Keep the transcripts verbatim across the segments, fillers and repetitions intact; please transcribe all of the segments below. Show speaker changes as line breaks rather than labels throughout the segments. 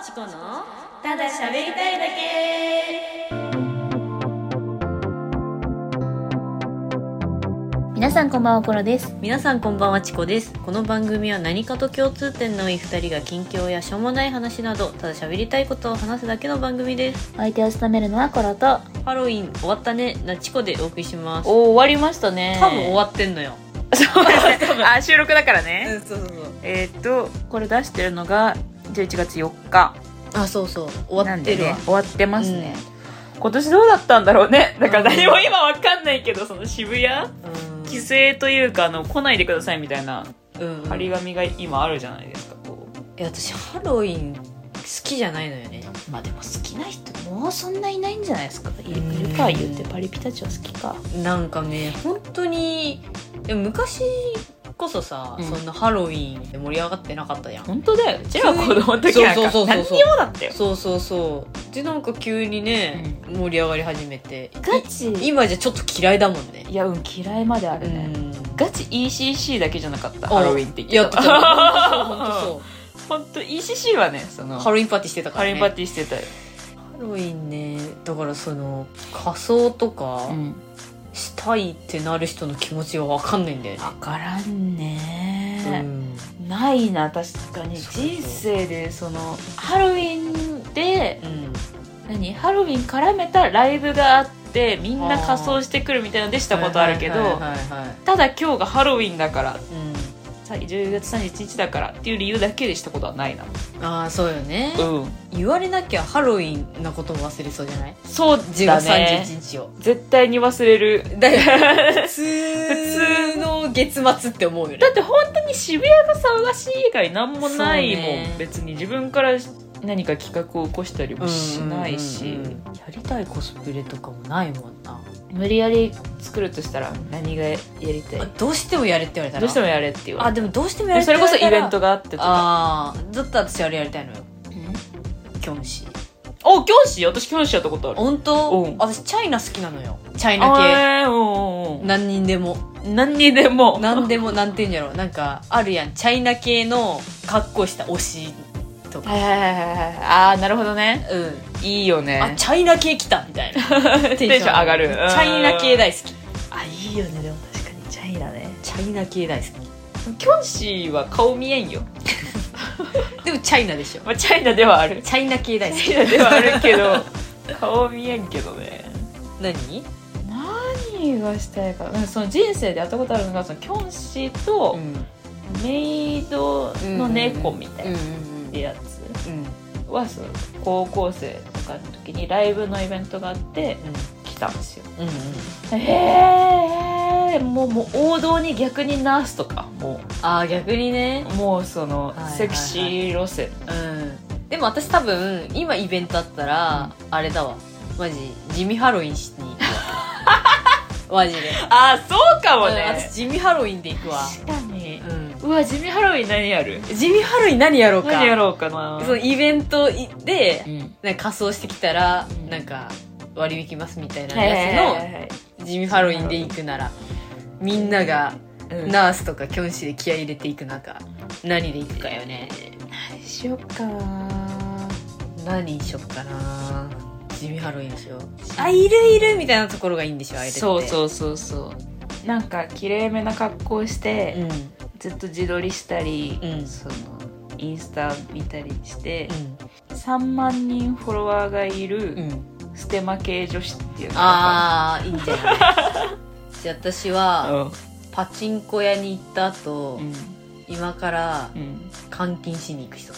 チコのただ喋りたいだけ。
皆さんこんばんは、コロです。
皆さんこんばんは、チコです。この番組は何かと共通点の多いふたりが近況やしょうもない話などただ喋りたいことを話すだけの番組です。
お相手を務めるのはコロと、
ハロウィン終わったねなチコでお送りします。
お終わりましたね。
多分終わってんのよ。
そうですね。あ、収録だからね。
うん、そうそうそう。
えーっとこれ出してるのがじゅういちがつよっか。
あ、そうそう、終わってるわ、
ね、終わってますね、うん、今年どうだったんだろうね。だから何も今わかんないけど、その渋谷、うん、規制というか、あの来ないでくださいみたいな張り紙が今あるじゃないですか。こう
いや、私ハロウィン好きじゃないのよね。
まあでも好きな人もうそんないないんじゃないですか。いるか言ってパリピたちは好きか。
なんかね、本当にでも昔こそさ、うん、そんなハロウィンで盛り上がってなかったやん。
本当だよ。うちら子供の時なんか何にもだったよ。
そうそうそうで、なんか急にね、うん、盛り上がり始めて、
ガチ
今じゃちょっと嫌いだもんね。
いや、うん、嫌いまであるね、うん、ガチ イーシーシー だけじゃなかった。ハロウィンって言ってた。やってた。本当そう本当 イーシーシー はね、その
ハロウィンパーティーしてたからね。
ハロウィンパーティーしてたよ。
ハロウィンね、だからその仮装とか、うんしたいってなる人の気持ちが分かんないんだよね。
分からんね、うん、ないな。確かに人生でそのハロウィンで、うん、何ハロウィン絡めたライブがあってみんな仮装してくるみたいなのでしたことあるけど、ただ今日がハロウィンだから、うんじゅうがつさんじゅういちにちだからっていう理由だけでしたことはないな。
ああ、そうよね、
うん、
言われなきゃハロウィンなことも忘れそうじゃない？
そうだね、
じゅうがつさんじゅういちにちを
絶対に忘れる。
だよ普通普通の月末って思うよね。
だって本当に渋谷が騒がしい以外なんもないもん、ね、別に自分から何か企画を起こしたりもしないし、うんうんうんうん、
やりたいコスプレとかもないもんな。
無理やり作るとしたら何がやりたい？
どうしてもやれって言われたら
どうしてもやれって言われた。
あ、でもどうしてもやれって言われたら
それこそイベントがあってとか。
ああ、だったら私あれやりたいのよ。ん？キョンシー。
お、キョンシー？私キョンシーやったことある。
本当？うん、私チャイナ好きなのよ。チャイナ系。
えー、うんうん、
何人でも
何人でも
何でもなんて言うんやろ、なんかあるやん、チャイナ系の格好した推しとか。
はいはいはいはい。ああ、なるほどね。
うん、
いいよね。
あ、チャイナ系来たみたいなテンション
上がる。
チャイナ系大好き。
あ、いいよね。でも確かにチャイナね。
チャイナ系大好
き。キョンシーは顔見えんよ
でもチャイナでしょ。
まあ、チャイナではある。
チャイナ系大好き。
チャイナではあるけど顔見えんけどね。
何
何がしたいか。なんかその人生でやったことあるのが、そのキョンシーとメイドの猫みたいなやつは、その高校生とかの時にライブのイベントがあって来たんですよ、うんうん、へえ。もう、もう王道に逆にナースとかもう、
あー逆にね、
もうそのセクシー路線、
はいはいはい、うん、でも私多分今イベントあったら、うん、あれだわ、マジ地味ハロウィンしに行くわマジで。
あーそうかもね、
うん、私地味ハロウィンで行くわ。
確かに、うん、うわ地味ハロウィン何やる？
地味ハロウィン何やろうか。
何やろうかな。
そのイベントで、うん、なんか仮装してきたら、うん、なんか割引きますみたいなやつの地味ハロウィンで行くなら、みんながナースとかキョンシーで気合い入れていく中、何で行くかよね。
何しよっかな。
何しよっかな。地味ハロウィンでしょ。あ、いるいるみたいなところがいいんでしょ、あれって。
そうそうそうそう。なんかきれいめな格好して、うん、ずっと自撮りしたり、うん、そのインスタ見たりして、うん、さんまんにんフォロワーがいる、うん、ステマ系女子っていうのが。
ああ、いいんじゃないじゃあ私は、うん、パチンコ屋に行った後、うん、今から監禁しに行く人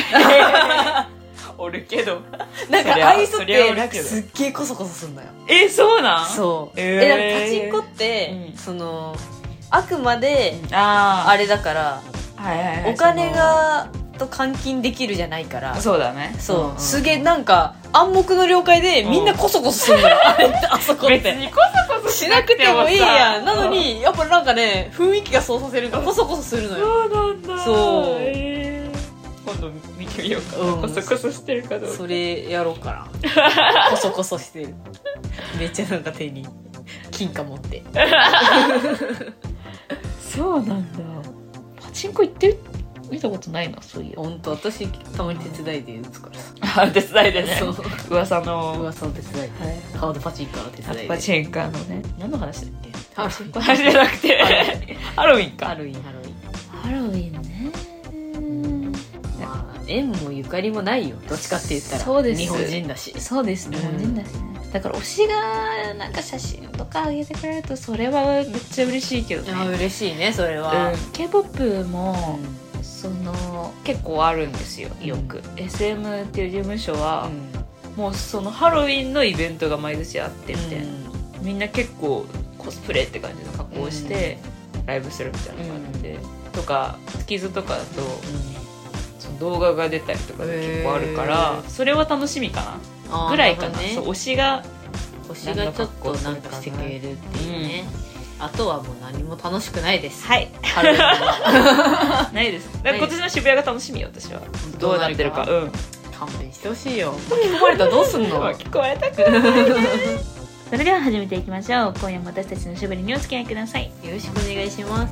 おるけど
なんかああいう人ってなんかすっげえコソコソすんのよ。
え、そうなん？
そう、えー、え、なんかパチンコって、うん、そのあくまであれだから、はいはいはい、お金がと換金できるじゃないから。
そうだね。
そう、
うんうん、
すげえなんか暗黙の了解でみんなコソコソするのよ、あれってあそこって
別にコソコソ
しなくてもいいやん。なのにやっぱなんかね、雰囲気がそうさせるからコソコソするのよ。
そうなんだ。
そう、
えー、今度見てみようかな、うん、コソコソしてるかどうか。
それやろうかなコソコソしてる。めっちゃなんか手に金貨持って
そうなんだ。パチンコ行ってる見たことないな、そういう。
ほんと、私たまに手伝いで打つからさ。
あ、手伝いでね。
そう。
噂の。
噂の手伝いで。はい、ハードパチンカーの手伝いで。
パチンカーのね。何の話だっけ？
ハロウィン。
話じゃなくて。ハロウィンか。
ハロウィン、ハロウィン。
ハロウィンね。
まあ、縁もゆかりもないよ。どっちかって言ったら。
そうです。
日本人だし。
そうです。日本人だしね。だから推しがなんか写真とか上げてくれるとそれはめっちゃ嬉しいけどね。
あ、嬉しいね、それは。
うん、K-ポップ も、うん、その結構あるんですよ、よく。うん、エスエム っていう事務所は、うん、もうそのハロウィンのイベントが毎年あってみたいな、うん、みんな結構コスプレって感じの加工をして、うん、ライブするみたいなのがあって、うん、とかスキズとかだと、うん、その動画が出たりとか結構あるから、それは楽しみかなぐらいかな、ね、そう推しが
推しがちょっとなんかしてくれるっていうね、うん、あとはもう何も楽しくないです。
はい、ハロウィンはないです。だから今年の渋谷が楽しみよ、私は。どうなってるか。うん、
勘弁してほしいよ。巻き込まれたらどうすんの？
巻き込まれたくないね。それでは始めていきましょう。今夜も私たちのしゃべりにお付き合いください。
よろしくお願いします。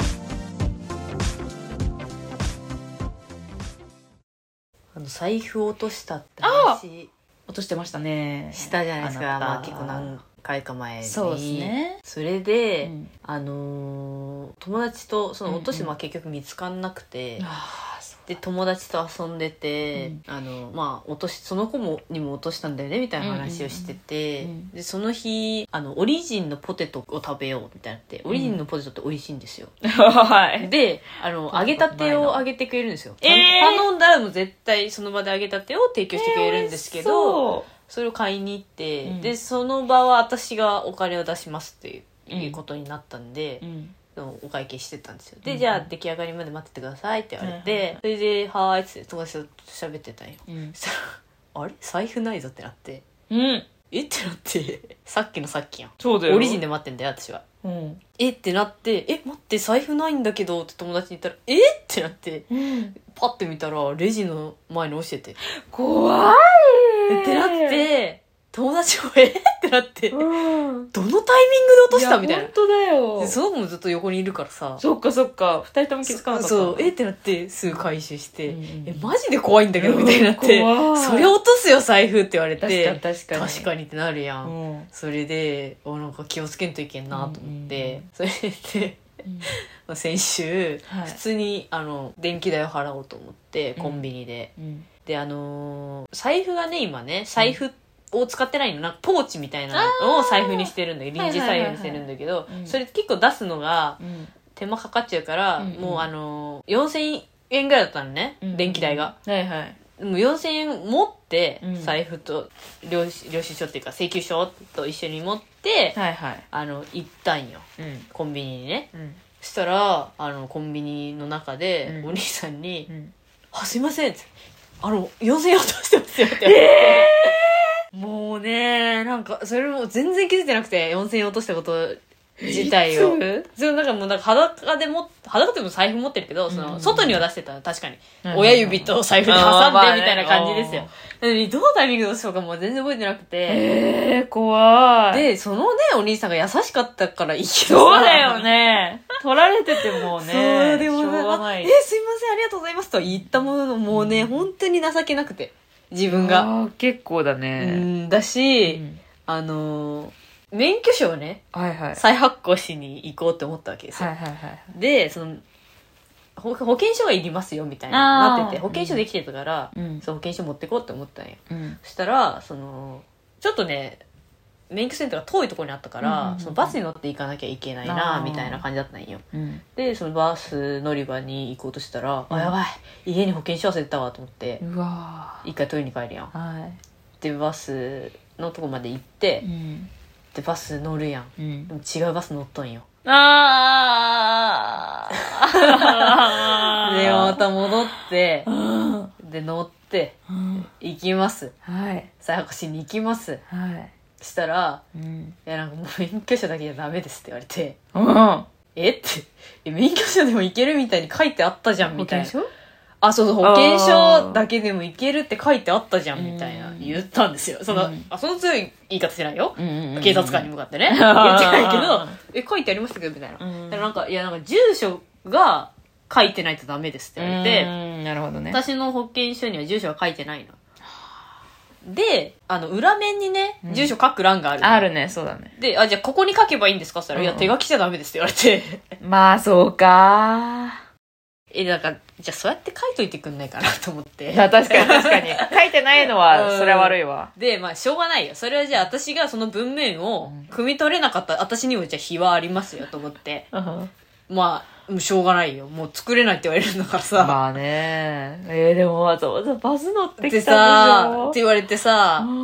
あの財布落としたって話
落としてましたね。
したじゃないですか。まあ結構何回か前に。
そうですね。
それで、うん、あのー、友達とその落とし、まあ結局見つかんなくて、うんうん、で友達と遊んでて、うん、あのまあ落としその子もにも落としたんだよねみたいな話をしてて、うんうんうん、でその日あのオリジンのポテトを食べようみたいなって、オリジンのポテトって美味しいんですよ。
はい。
であの揚げたてを揚げてくれるんですよ。えー、頼んだらもう絶対その場で揚げたてを提供してくれるんですけど、えー、そ, それを買いに行って、うん、でその場は私がお金を出しますっていうことになったんで。うんうん、お会計してたんですよ。で、うん、じゃあ出来上がりまで待っててくださいって言われて、うん、それで「はーい」っつって友達と喋ってたんよ、うん、そしたら「あれ財布ないぞ」ってなって、うん、えってなってさっきのさっきやん。
そうだよ。
オリジンで待ってんだよ私は、うん、えってなって「え待って財布ないんだけど」って友達に言ったら「えっ?」てなって、うん、パッて見たらレジの前に落ちてて
怖い
ってなって友達もえってなって、うん、どのタイミングで落としたみたいな。
本当だよ。
でその子もずっと横にいるからさ。
そっかそっか。二人とも気づかなかった。
そうえってなってすぐ回収して、うん、えマジで怖いんだけどみたいになって、うん、それ落とすよ財布って言われて、
確かに確かに
確かにってなるやん。うん、それでおなんか気をつけんといけんなと思って、うんうん、それで、うん、先週、はい、普通にあの電気代を払おうと思ってコンビニで、うんうん、であのー、財布がね今ね財布ってを使ってないのなんかポーチみたいなのを財布にしてるんだけど臨時財布にしてるんだけど、それ結構出すのが手間かかっちゃうから、うん、もうあのよんせんえんぐらいだったのね、うん、電気代が、はいはい、もうよんせんえん持って、うん、財布と領収領収書っていうか請求書と一緒に持って、はいはい、あの行ったんよ、うん、コンビニにね、うん、そしたらあのコンビニの中で、うん、お兄さんに「うん、あすいません」って「あのよんせんえん落としてますよ」って言われて、えーもうねなんかそれも全然気づいてなくてよんせんえん落としたこと自体をそうなんかもうなんか裸でも裸でも財布持ってるけど、その外には出してた確かに、うん、親指と財布で挟んでみたいな感じですよ、ね、どのタイミングで落としたかもう全然覚えてなくて、
えー、怖い。
でそのねお兄さんが優しかったからいいけど
そうだよね取られててもねそうでもしょうがない。
えー、すいませんありがとうございますと言ったもののもうね、うん、本当に情けなくて自分が。
あ結構だね。
うん、だし、うん、あのー、免許証をね、はいはい、再発行しに行こうって思ったわけですよ。はいはいはい、で、その、保険証がいりますよみたいななってて、保険証できてたから、うん、その保険証持ってこうって思ったんよ。うん、そしたら、その、ちょっとね、免許センターが遠いところにあったから、うんうん、そのバスに乗って行かなきゃいけないなみたいな感じだったんよ、うん、でそのバス乗り場に行こうとしたら、うん、あやばい家に保険証忘れてたわと思ってうわ一回取りに帰るやん、はい、でバスのとこまで行って、うん、でバス乗るやん、うん、でも違うバス乗っとんよあでまた戻ってで乗って、うん、行きます、はい、再発行しに行きます、はいしたら、うん、いやなんかもう免許証だけじゃダメですって言われて、うん、えってえ免許証でもいけるみたいに書いてあったじゃんみたいな。保険証？あそうそう保険証だけでもいけるって書いてあったじゃんみたいな言ったんですよ。その、うん、あその強い言い方してないよ、うんうんうん、警察官に向かってね言ってないけどえ書いてありましたけどみたいな、うん、だからなんかいやなんか住所が書いてないとダメですって言われて、
うん、なるほどね。
私の保険証には住所は書いてないの。で、あの、裏面にね、住所書く欄がある、
うん。あるね、そうだね。
で、あ、じゃあここに書けばいいんですかって言ったら、うん、いや、手書きじゃダメですって言われて。
まあ、そうか。
え、だから、じゃあそうやって書いといてくんないかなと思って。
確かに確かに。書いてないのは、それは悪いわ、
うん。で、まあ、しょうがないよ。それはじゃあ私がその文面を汲み取れなかったら、私にもじゃあ非はありますよと思って。うん、まあ、もうしょうがないよ。もう作れないって言われるんだからさ。
まあね。えー、でもわざわざバズ乗ってきたんでしょ。
さ、って言われてさ、うん、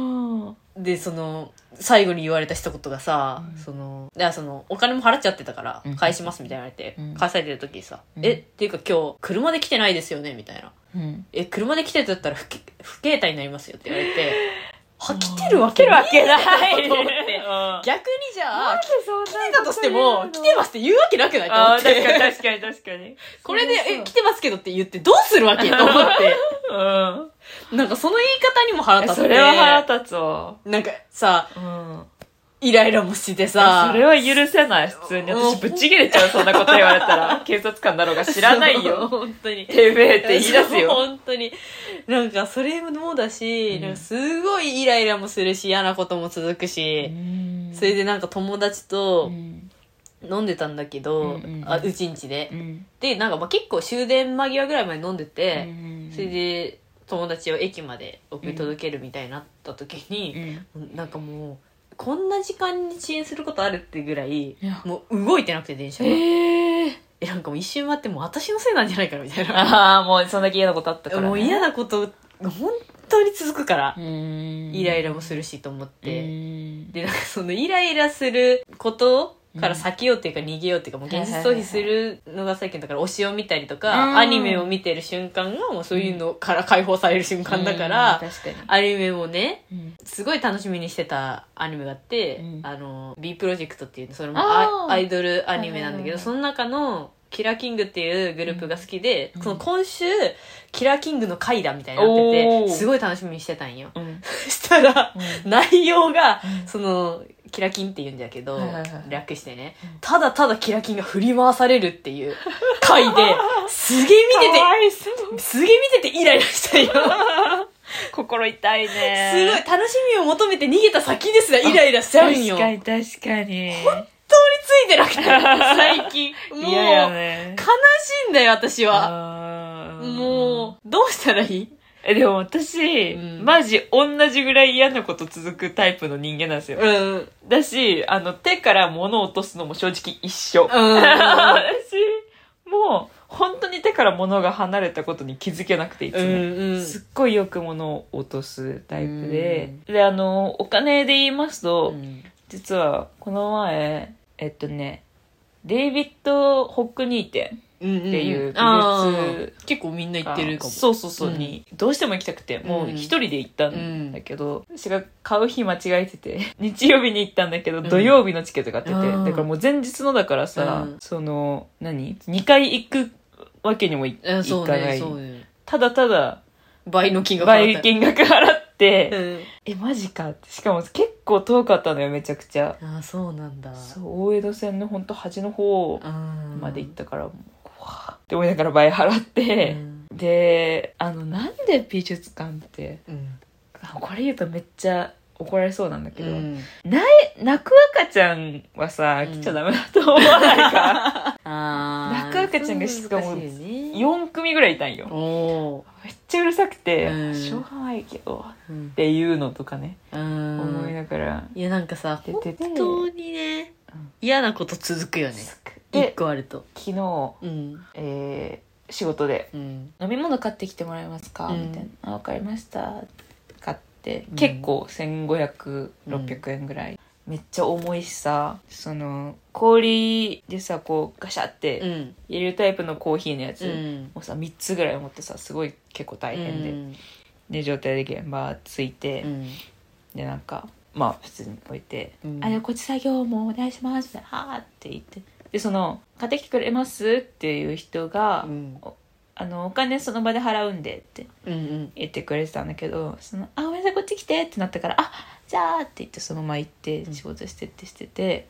で、その、最後に言われた一言がさ、うん、その、だからその、お金も払っちゃってたから、返しますみたいな言われて、うん、返されてる時にさ、うん、え、っていうか今日、車で来てないですよねみたいな。うん、え、車で来てたったら不、不携帯になりますよって言われて、は、来てるわけない。来てるわけないと思って。逆にじゃあ、来てたとしても、来てますって言うわけなくないと思って。
確かに確かに確かに。
これで、え、来てますけどって言ってどうするわけと思って。うん。なんかその言い方にも腹立って。
それは腹立つわ。
なんかさ、うん、イライラもしてさ。
それは許せない。普通に。私ぶっちぎれちゃう、そんなこと言われたら。警察官だろうが知らないよ。
本当に。
てめえって言い出すよ。
本当に。なんかそれもだし、うん、なんかすごいイライラもするし、嫌なことも続くし、それでなんか友達と飲んでたんだけど、うん、あうちんちで、うん。で、なんかまあ結構終電間際ぐらいまで飲んでて、うん、それで友達を駅まで送り届けるみたいになった時に、うん、なんかもう、こんな時間に遅延することあるってぐらい、もう動いてなくて電車が。えー、え、なんかもう一瞬待ってもう私のせいなんじゃないかなみたいな。
ああ、もうそんだけ嫌なことあったから、ね。
もう嫌なことが本当に続くから、イライラもするしと思って。で、なんかそのイライラすることから避けようっていうか逃げようっていうか、もう現実逃避するのが最近だから推しを見たりとか、アニメを見てる瞬間がもうそういうのから解放される瞬間だから、アニメもね、すごい楽しみにしてたアニメがあって、あの、B プロジェクトっていう、それもアイドルアニメなんだけど、その中のキラキングっていうグループが好きで、その今週、キラキングの回だみたいになってて、すごい楽しみにしてたんよ。そしたら、内容が、その、キラキンって言うんだけど、はいはいはい、略してね、うん、ただただキラキンが振り回されるっていう回で、すげえ見てて、すげえ見ててイライラしたよ。
心痛いね。
すごい、楽しみを求めて逃げた先ですらイライラしちゃうんよ。
確かに確かに。
本当についてなくて、最近。もう、
嫌やね、
悲しいんだよ、私は。もう、どうしたらいい？
え、でも私、うん、マジ同じぐらい嫌なこと続くタイプの人間なんですよ。うん、だし、あの、手から物を落とすのも正直一緒。うん、私、もう、本当に手から物が離れたことに気づけなくていつも、うんうん、すっごいよく物を落とすタイプで、うん、で、あの、お金で言いますと、うん、実は、この前、えっとね、デイビッド・ホックニー店っていう美術、
結構みんな行ってるかも。
そうそうそう、うん、にどうしても行きたくて、もう一人で行ったんだけど、うん、私が買う日間違えてて日曜日に行ったんだけど、うん、土曜日のチケット買ってて、だからもう前日のだからさ、うん、その何にかい行くわけにもい、うん、いかない、ね、ただただ
倍の金額
払って倍金額払って、うん、えマジかって。しかも結構遠かったのよ、めちゃくちゃ。
ああそうなんだ。
そう大江戸線のほんと端の方まで行ったから、もうって思いながら倍払って、うん、であのなんで美術館って、うん、これ言うとめっちゃ怒られそうなんだけど、うん、泣く赤ちゃんはさ、来ちゃダメだと思わないか、うん、泣く赤ちゃんがしかもよん組ぐらいいたんよ。めっちゃうるさくて、うん、しょうがないけど、うん、っていうのとかね、うん、思いながら。
いやなんかさ本当にね、うん、嫌なこと続くよね。一個あると。
昨日、うんえー、仕事で、うん、飲み物買ってきてもらえますか、うん、みたいな。あ、わかりました。買って、うん、結構せんごひゃく、ろっぴゃくえんぐらい、うん、めっちゃ重いしさ、その氷でさこうガシャって入れるタイプのコーヒーのやつ、うん、をさみっつぐらい持ってさ、すごい結構大変で、うん、で状態で現場着いて、うん、でなんかまあ普通に置いて、うん、あれこっち作業もお願いしますってはーって言って、でその買ってきてくれますっていう人が、うん、お, あのお金その場で払うんでって言ってくれてたんだけど、うんうん、そのあごめんなさいこっち来てってなったから、あじゃあって言ってそのまま行って仕事してってしてて、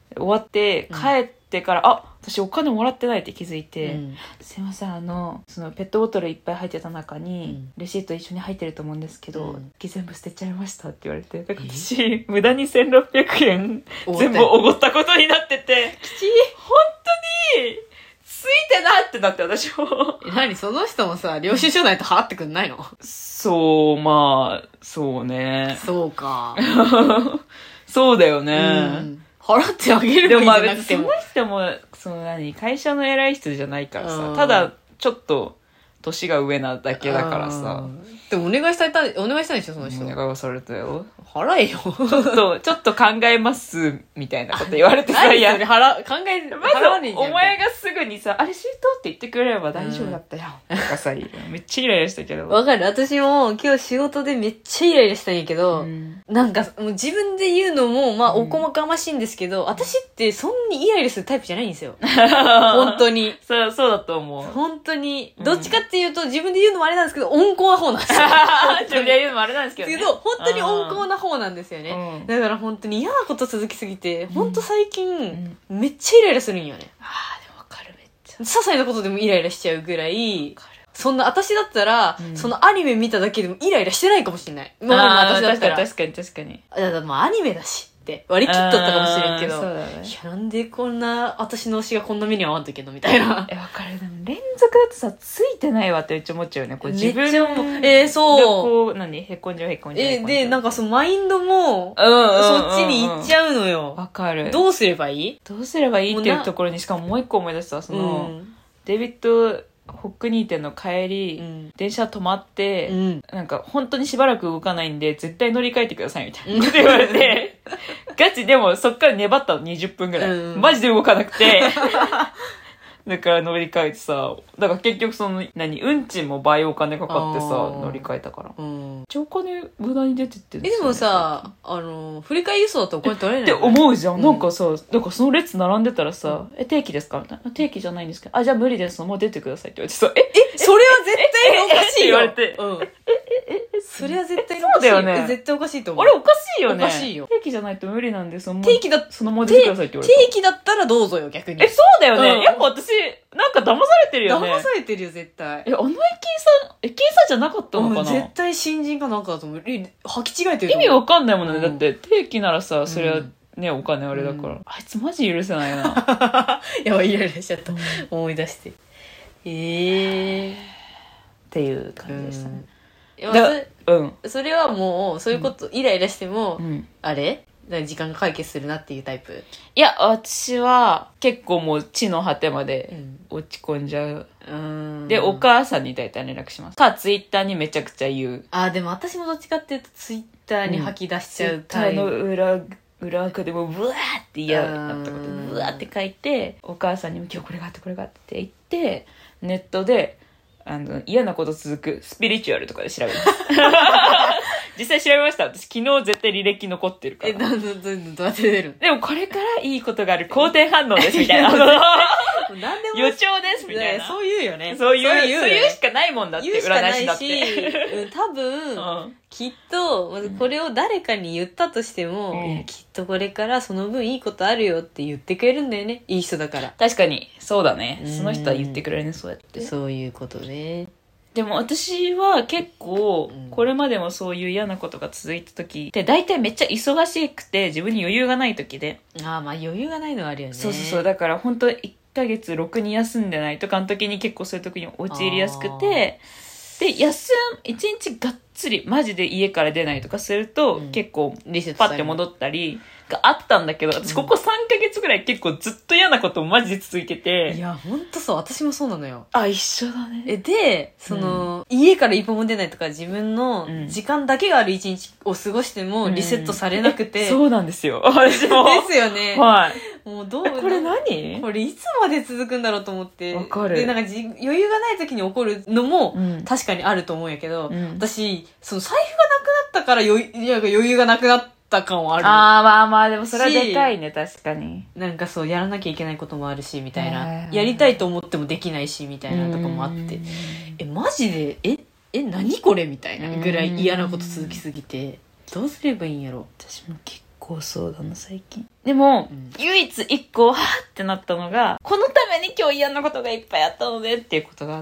終わって帰ってから、うん、あ私お金もらってないって気づいて、うん、すいませんあのそのペットボトルいっぱい入ってた中に、うん、レシート一緒に入ってると思うんですけど、うん、全部捨てちゃいましたって言われて、だから私無駄にせんろっぴゃくえん全部おごったことになってて、
きち
本当についてなってなって、私も
え何その人もさ領収書ないと払ってくんないの？
そうまあそうね
そうか
そうだよね、
うん払ってあげるばいいんじゃなくても。
でもまあ別にその人もその何会社の偉い人じゃないからさ、ただちょっと年が上なだけだからさ。
でもお願いされたお願いしたんでしょその人。
お願いされたよ。
払えよ。
ちょっとちょっと考えますみたいなこと言われてさ、いや
それ払考える。
まずお前がすぐにさあれシートって言ってくれれば大丈夫だったよ。なんかさめっちゃイライラしたけど。
わかる。私も今日仕事でめっちゃイライラしたんやけど、うん、なんかもう自分で言うのもまあおこまかましいんですけど、うん、私ってそんなにイライラするタイプじゃないんですよ。本当に。
そうそうだと思う。
本当にどっちかっていうと自分で言うのもあれなんですけど温厚な方なんですよ。
自分で言うのもあれなんですけど、ね、
けど本当に温厚な方なんですよね。うん、だから本当に嫌なこと続きすぎて、本当最近、うん、めっちゃイライラするんよね。
ああでもわかるめっちゃ。
些細なことでもイライラしちゃうぐらい。そんな私だったら、うん、そのアニメ見ただけでもイライラしてないかもしれない。
まあ私だったら確かに確かに確かに。
だからまあアニメだしって割り切っとったかもしれんけど、
そうだね、
いやなんでこんな私の推しがこんな目に遭わんといけんのみたいな。
えわかる。でも連続だとさついてないわってめっちゃ思っちゃうよね。こう自分
めっちゃ思う。えー、そう。
こう何へこんじゃうへこんじゃう。
えー、でなんかそのマインドも、うんうんうんうん、そっちに行っちゃうのよ。
わかる。
どうすればいい？
どうすればいいっていうところにしかももう一個思い出したその、うん、デビッドホックニー店の帰り、うん、電車止まって、うん、なんか本当にしばらく動かないんで絶対乗り換えてくださいみたいなこと言われてガチでもそっから粘ったのにじゅっぷんぐらい、うん、マジで動かなくてだから乗り換えてさ、だから結局その何運賃も倍お金かかってさ乗り換えたから、うん、めっちゃお金無駄に出てってるん
ですよね。えでもさあの振り替え輸送だとお金取れない
って思うじゃん、うん、なんかさだからその列並んでたらさ、うん、え定期ですかみたいな、定期じゃないんですけど、あじゃあ無理ですもう出てくださいって言われてさ、え
えそれは絶対におかしいよ
言われて、うん、
えええそれは絶対におかしいよ。そうだよね。絶対おかしいと思う。
あれおかしいよね。
おかしいよ。
定期じゃないと無理なんでその
定期だ
そのまま出てくださいって言われた。
定期だったらどうぞよ逆に。
えそうだよね、うん、やっぱ私なんか騙されてるよね。
騙されてるよ絶対。
えあの駅員さん駅員さんじゃなかったのかな、うん、
絶対新人かなんかだと思う。履き違えてる。
意味わかんないもんね、うん、だって定期ならさそれはね、うん、お金あれだから、うん、あいつマジ許せないな。
やばいイライラしちゃった、うん、思い出してえー
っていう感じでしたね、
うん、だうん、それはもうそういうこと、うん、イライラしても、うん、あれ時間が解決するなっていうタイプ？
いや私は結構もう地の果てまで落ち込んじゃう、うん、でお母さんに大体連絡しますかツイッターにめちゃくちゃ言う。
あでも私もどっちかっていうとツイッターに吐き出しちゃうタイプ、
うん、ツイッターの裏裏垢でもブワーって嫌だったことブワーって書いてお母さんにも今日これがあってこれがあって言ってネットであの嫌なこと続くスピリチュアルとかで調べます実際調べました。私昨日絶対履歴残ってるから。
えどうどうどうどうやって出る？
でもこれからいいことがある好転反応ですみたいな
何でも
予兆ですみたいな。
そう言うよね。
そういうそういう、ね、そういうしかないもんだって占い師だって。
うん、多分、うん、きっとまずこれを誰かに言ったとしても、うん、いやきっとこれからその分いいことあるよって言ってくれるんだよね。いい人だから。
確かにそうだね。その人は言ってくれるねそうやって。
そういうことね。
でも私は結構これまでもそういう嫌なことが続いた時って大体めっちゃ忙しくて自分に余裕がない時で、
ああまあ余裕がないのはあるよね。
そうそうそうだから本当いっかげつろくに休んでないとかの時に結構そういう時に陥りやすくて、で休むいちにちがっつりマジで家から出ないとかすると、うん、結構パッて戻ったりがあったんだけど、私ここさんかげつぐらい結構ずっと嫌なことマジで続いてて、
いやほんとそう私もそうなのよ。
あ一緒だね。
えでその、うん、家から一歩も出ないとか自分の時間だけがある一日を過ごしてもリセットされなくて、
うん、そうなんですよ私も
ですよね。
はい
もうどう
これ何
これいつまで続くんだろうと思って。
わかる。
でなんかじ余裕がない時に起こるのも、うん、確かにあると思うんやけど、うん、私その財布がなくなったから余裕余裕がなくなった感はある。
ああまあまあでもそれはでかいね確かに。
なんかそうやらなきゃいけないこともあるしみたいな、やりたいと思ってもできないしみたいなとかもあって、えマジでええ何これみたいなぐらい嫌なこと続きすぎてどうすればいいんやろ。
私も結構そうだな最近。 でも、
うん、
唯一一個はぁってなったのが、このために今日嫌なことがいっぱいあったのでっていうことがあって、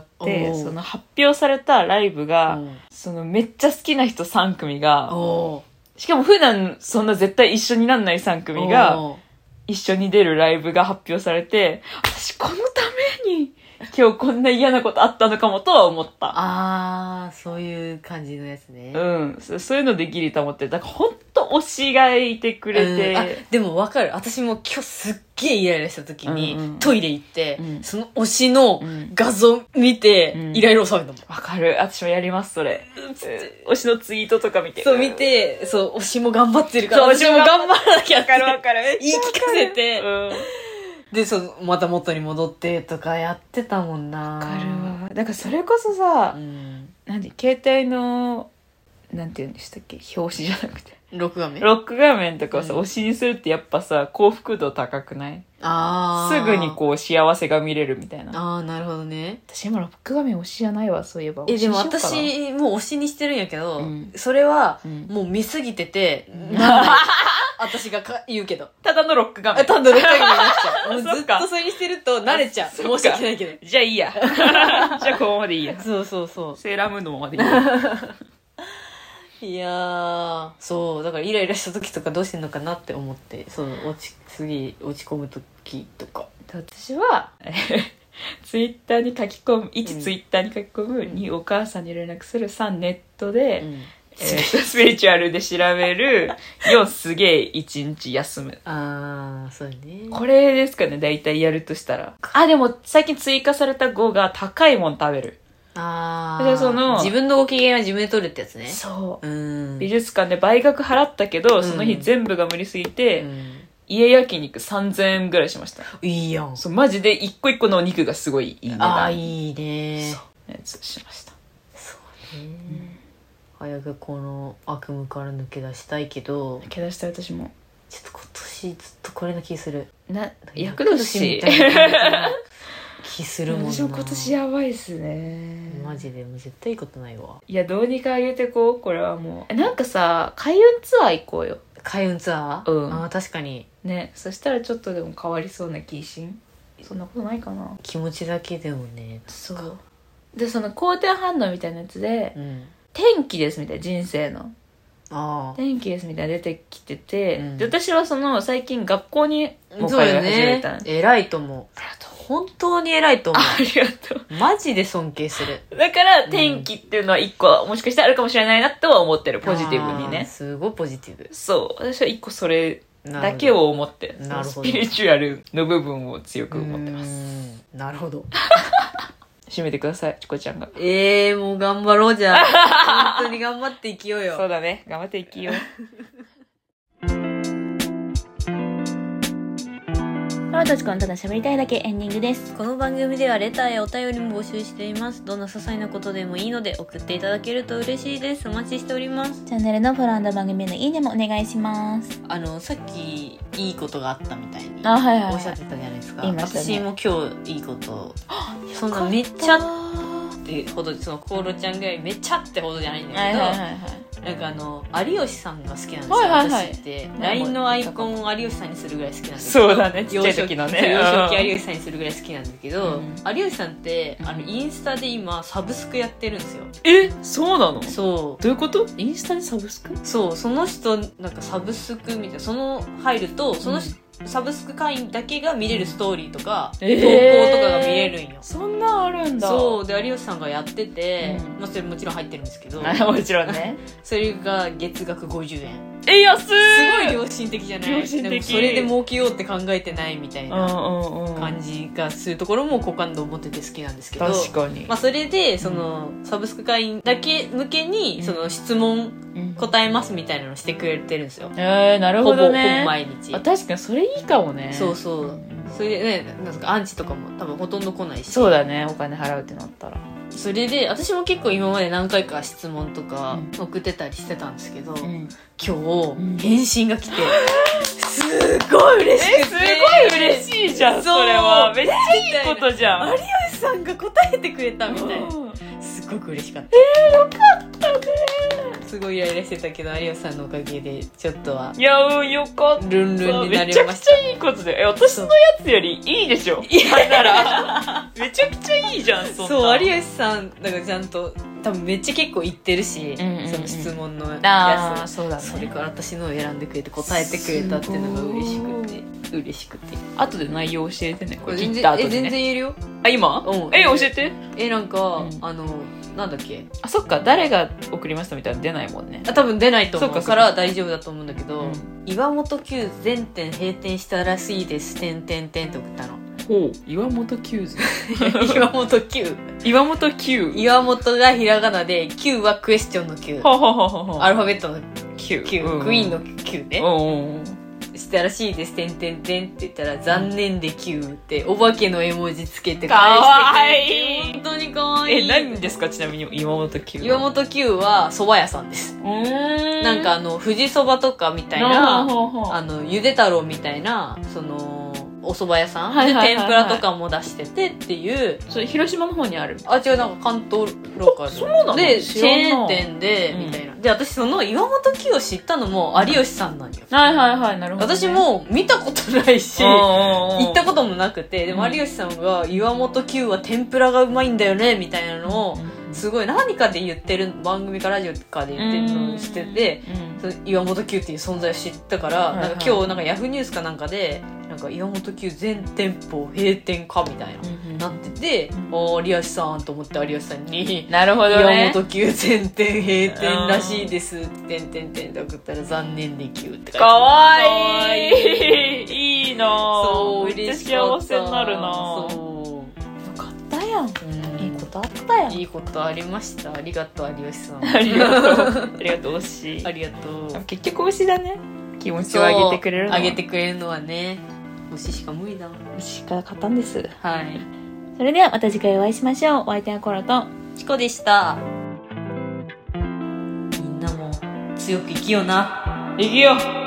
その発表されたライブが、そのめっちゃ好きな人さん組が、しかも普段そんな絶対一緒になんないさん組が一緒に出るライブが発表されて、私このために今日こんな嫌なことあったのかもとは思った。
あー、そういう感じのやつね。
うん。そ, そういうのでギリ保って、だからほんと推しがいてくれて。
うん、あ、でもわかる。私も今日すっげえイライラした時に、うんうん、トイレ行って、うん、その推しの画像見て、うん、イライラを冷めたもん。
わかる。私もやります、それ。推しのツイートとか見て。
そう、見て、そう、推しも頑張ってるから、私も頑張らなきゃって。
わかるわかる。
言い聞かせて、うんで、そう、また元に戻ってとかやってたもんな。
わかるわ。だからそれこそさ、うん、なんで、携帯の、なんて言うんでしたっけ、表紙じゃなくて。
ロック画面
ロック画面とかをさ、うん、推しにするってやっぱさ、幸福度高くない？
あ
すぐにこう幸せが見れるみたいな。
ああ、なるほどね。
私今ロック画面推しじゃないわ、そういえば。
え、でも私もう推しにしてるんやけど、うん、それはもう見すぎてて、うん、私がか言うけど。
ただのロック画面。
ただのロック画面になっちゃう。もうずっとそれにしてると慣れちゃう。申し訳ないけど。
じゃあいいや。じゃあこのままでいいや。
そうそうそう。
セーラームーンのままでいいや。
いやー、そう、だからイライラした時とかどうしてんのかなって思って、そう、落ち、次落ち込む時とか。
私は、ツイッターに書き込む、いちツイッターに書き込む、うん、にお母さんに連絡する、さんネットで、うんえー、スピリチュアルで調べる、よんすげえいちにち休む。
あー、そうね。
これですかね、だいたいやるとしたら。あ、でも最近追加されたごが高いもん食べる。
ああ。その自分のご機嫌は自分で取るってやつね。
そう。
うん。
美術館で倍額払ったけど、その日全部が無理すぎて、うん、家焼肉さんぜんえんぐらいしました。
いいやん。
そう、マジで一個一個のお肉がすごいいい値段。
ああ、いいね。
そう。やつしました。
そうね。うん、早くこの悪夢から抜け出したいけど。
抜け出したい私も。
ちょっと今年ずっとこれな気する。
な、厄年みたいな。
気するもんな。
私も今年やばいっすね。
マジでもう絶対いいことないわ。
いやどうにかあげてこう。これはもうなんかさ、開運ツアー行こうよ。
開運ツアー、うん、あ確かに
ね。そしたらちょっとでも変わりそうな気しん。そんなことないかな。
気持ちだけでもね。
そうで、その肯定反応みたいなやつで、うん、転機ですみたいな、人生の
あ
転機ですみたいな出てきてて、うん、で私はその最近学校に
も通い始めた、ね、偉いと思う。本当に偉いと思う。
ありがとう。
マジで尊敬する。
だから転機っていうのは一個、うん、もしかしたらあるかもしれないなとは思ってる。ポジティブにね。
すごいポジティブ。
そう。私は一個それだけを思って、なるほど。スピリチュアルの部分を強く思ってます。
なるほど。
締めてください、チコちゃんが。
ええー、もう頑張ろうじゃあ。本当に頑張って生きようよ。
そうだね。頑張って生きよう。ママとチコのただ喋りたいだけエンディングです。
この番組ではレターやお便りも募集しています。どんな些細なことでもいいので送っていただけると嬉しいです。お待ちしております。
チャンネルのフォロー&番組へのいいねもお願いします。
あのさっきいいことがあったみたいに
あ、はいはいはい、
おっしゃってたじゃないですか。
言いましたね。
私も今日いいことそんなめっちゃってほど、そのコーロちゃんぐらいめちゃってほどじゃないんだけど、はいはいはいはい、なんかあの有吉さんが好きなんですよ、はいはいはい、私って ライン のアイコンを有吉さんにするぐらい好きなんだけど、
そうだね、ちっちゃい時のね、
幼少期有吉さんにするぐらい好きなんだけど、うん、有吉さんってあのインスタで今サブスクやってるんですよ。
え、そうなの？
そう。
どういうこと？インスタでサブスク？
そう、その人なんかサブスクみたいな、その入るとその人、うん、サブスク会員だけが見れるストーリーとか、えー、投稿とかが見れるんよ。
そんなんあるんだ。
そうで有吉さんがやってて、うん、まあ、それもちろん入ってるんですけど
もちろんね
それが月額ごじゅうえん。
え、安い。す
ごい良心的じゃない？良心的。でもそれで儲けようって考えてないみたいな感じがするところも好感度を持ってて好きなんですけど、
確かに、
まあ、それでその、うん、サブスク会員だけ向けにその質問答えますみたいなのしてくれてるんですよ。
えー、なるほどね。
ほぼ、ほぼ毎日。
あ、確かにそれいいかもね。
そうそう、うん、それでね、なんかアンチとかも多分ほとんど来ないし。
そうだね、お金払うってなったら。
それで私も結構今まで何回か質問とか送ってたりしてたんですけど、うん、今日返信が来て、うん、すごい嬉しくて。え、す
ごい嬉しいじゃん。それはめっちゃいいことじゃん。
有吉さんが答えてくれたみたいな、すごく嬉しかった。
えー、よかったね。
すすごいイライラしてたけど有吉さんのおかげでちょっとはい
やよかった
ルンルンになりました。
めちゃくちゃいいことでえ私のやつよりいいでしょいやならめちゃくちゃいいじゃんそんな
そう有吉さんだからちゃんと多分めっちゃ結構言ってるし、うんうんうん、その質問のやつ
そうだ、ね、
それから私のを選んでくれて答えてくれたっていうのが嬉しくて嬉しくて
後で内容教えてねこれ
全然
切った後で、ね、
え全然言えるよ
あ今、うん、え教えて
えなんか、うん、あのなんだっけ
あそっか誰が送りましたみたいなの出ないもんね
あ多分出ないと思うから大丈夫だと思うんだけど、うん、岩本九全店閉店したらしいですてんてんてんって送ったの
ほう岩本九図
岩本九
岩本九
岩本がひらがなで九はクエスチョンの九アルファベットの九、うん、クイーンの九ね、うんうんしたらしいですてんてんてんって言ったら残念でキューってお化けの絵文字つけて返してくれてかわいい本当にかわいい
え何ですかちなみに岩本キュー
岩本キューは蕎麦屋さんですうんなんかあの富士そばとかみたいなあのゆで太郎みたいなそのお蕎麦屋さん、はいはいはいはい、で天ぷらとかも出しててっていう
それ広島の方にある
あ違うなんか関東ローカル
そうなの
でチェーン店で、うん、みたいなで私その岩本キを知ったのも有吉さんなんよ、
うん、はいはいはいなるほど、ね、
私も見たことないし行ったこともなくてでも有吉さんが岩本キは天ぷらがうまいんだよねみたいなのをすごい何かで言ってる番組かラジオかで言ってるのを知ってて、うん、その岩本キっていう存在を知ったから、はいはい、なんか今日なんかヤフーニュースかなんかでなんか岩本キ全店舗閉店かみたいな、うんうん、なってて、うん、あ有吉さんと思って有吉さんに
なるほど、ね、
岩本キ全店閉店らしいですってんてんてんって送ったら残念でキューって書いて
かわいいいいな
そう
めっちゃ幸せになるな
そうよ
かったやん、うん、いいことあったやん
いいことありましたありがとう有吉さん
ありがとうありがとう推し
ありがとう
結局推しだね気持ちを上げてくれるのは
上げてくれるのはね推ししか無理だ
推しか勝ったんです
はい
それではまた次回お会いしましょうお相手はコラと
チコでしたみんなも強く生きような
生きよう